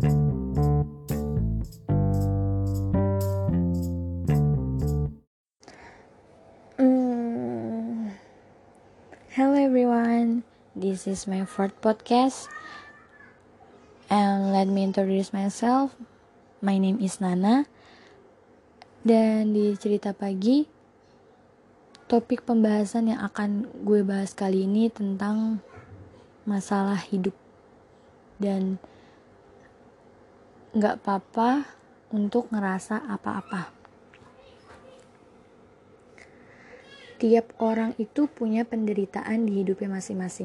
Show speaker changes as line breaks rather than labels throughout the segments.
Hello everyone, this is my fourth podcast, and let me introduce myself. My name is Nana, dan di cerita pagi, topik pembahasan yang akan gue bahas kali ini tentang masalah hidup. Dan gak apa-apa untuk ngerasa apa-apa. Tiap orang itu punya penderitaan di hidupnya masing-masing.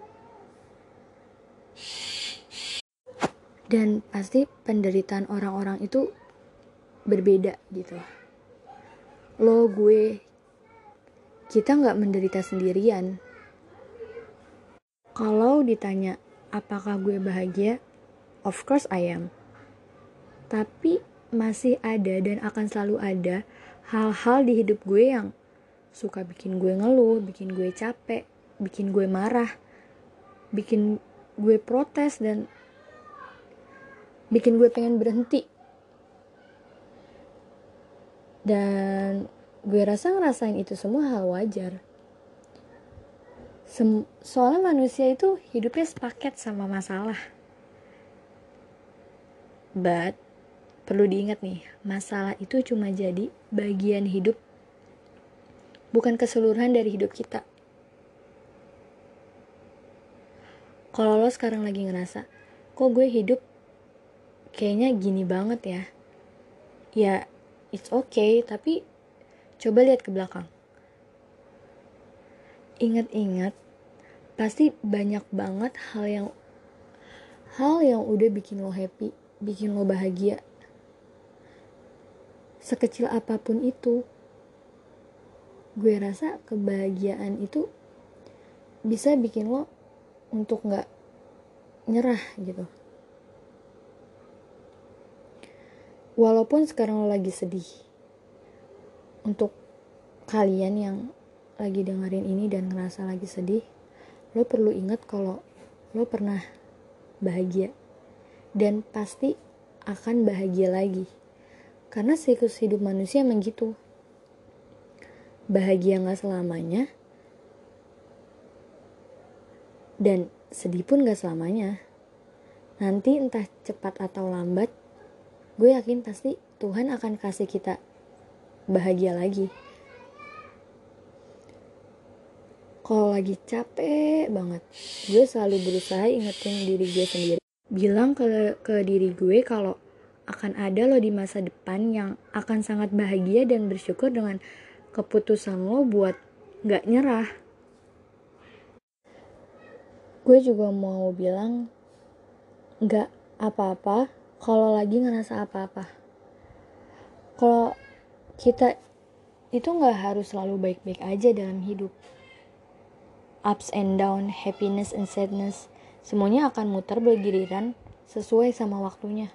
Dan pasti penderitaan orang-orang itu berbeda gitu. Lo, gue, kita gak menderita sendirian. Kalau ditanya apakah gue bahagia, of course I am. Tapi masih ada dan akan selalu ada hal-hal di hidup gue yang suka bikin gue ngeluh, bikin gue capek, bikin gue marah, bikin gue protes, dan bikin gue pengen berhenti. Dan gue rasa ngerasain itu semua hal wajar. Soalnya manusia itu hidupnya sepaket sama masalah. But perlu diingat nih, masalah itu cuma jadi bagian hidup, bukan keseluruhan dari hidup kita. Kalau lo sekarang lagi ngerasa, kok gue hidup kayaknya gini banget ya. Ya, it's okay, tapi coba lihat ke belakang. Ingat-ingat, pasti banyak banget hal yang udah bikin lo happy, bikin lo bahagia. Sekecil apapun itu, gue rasa kebahagiaan itu bisa bikin lo untuk gak nyerah gitu. Walaupun sekarang lo lagi sedih, untuk kalian yang lagi dengerin ini dan ngerasa lagi sedih, lo perlu ingat kalau lo pernah bahagia dan pasti akan bahagia lagi. Karena siklus hidup manusia emang gitu. Bahagia gak selamanya, dan sedih pun gak selamanya. Nanti entah cepat atau lambat, gue yakin pasti Tuhan akan kasih kita bahagia lagi. Kalau lagi capek banget, gue selalu berusaha ingetin diri gue sendiri. Bilang ke diri gue kalau akan ada lo di masa depan yang akan sangat bahagia dan bersyukur dengan keputusan lo buat gak nyerah. Gue juga mau bilang gak apa-apa kalau lagi ngerasa apa-apa. Kalau kita itu gak harus selalu baik-baik aja dalam hidup. Ups and down, happiness and sadness, semuanya akan muter bergiliran sesuai sama waktunya.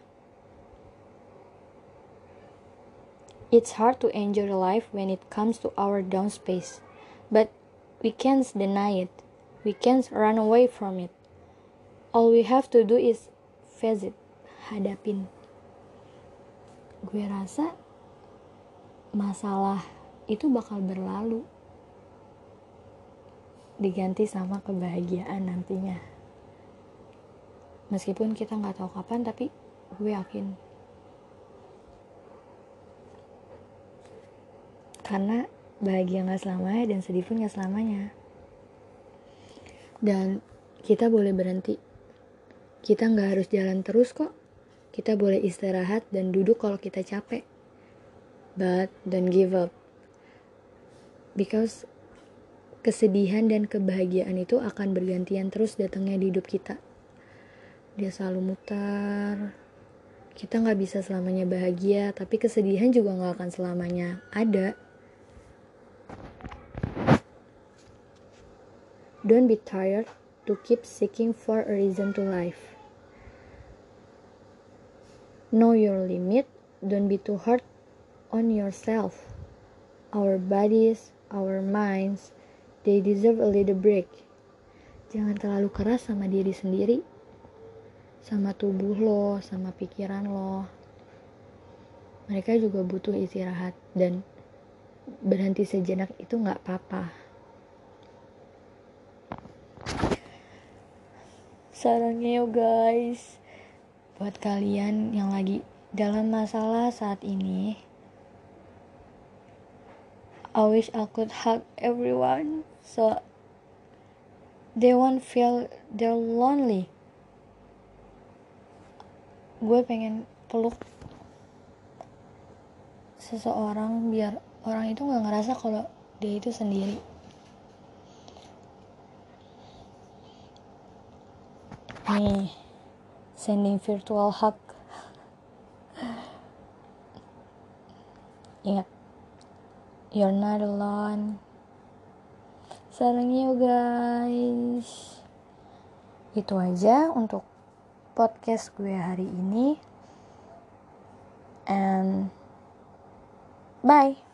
It's hard to enjoy life when it comes to our down space, but we can't deny it. We can't run away from it. All we have to do is face it, hadapin. Gue rasa masalah itu bakal berlalu, diganti sama kebahagiaan nantinya. Meskipun kita gak tahu kapan, tapi gue yakin. Karena bahagia gak selamanya dan sedih pun gak selamanya. Dan kita boleh berhenti. Kita gak harus jalan terus kok. Kita boleh istirahat dan duduk kalau kita capek. But don't give up. Because kesedihan dan kebahagiaan itu akan bergantian terus datangnya di hidup kita. Dia selalu mutar. Kita gak bisa selamanya bahagia, tapi kesedihan juga gak akan selamanya ada. Don't be tired to keep seeking for a reason to life. Know your limit. Don't be too hard on yourself. Our bodies, our minds, they deserve a little break. Jangan terlalu keras sama diri sendiri. sama tubuh lo, sama pikiran lo. Mereka juga butuh istirahat, dan berhenti sejenak itu gak apa-apa. Sarannya yo guys, buat kalian yang lagi dalam masalah saat ini, I wish I could hug everyone so they won't feel they're lonely. Gue pengen peluk seseorang biar orang itu gak ngerasa kalau dia itu sendiri. Nih, sending virtual hug. Ingat, you're not alone. Sarangnya guys. Itu aja untuk podcast gue hari ini. And bye.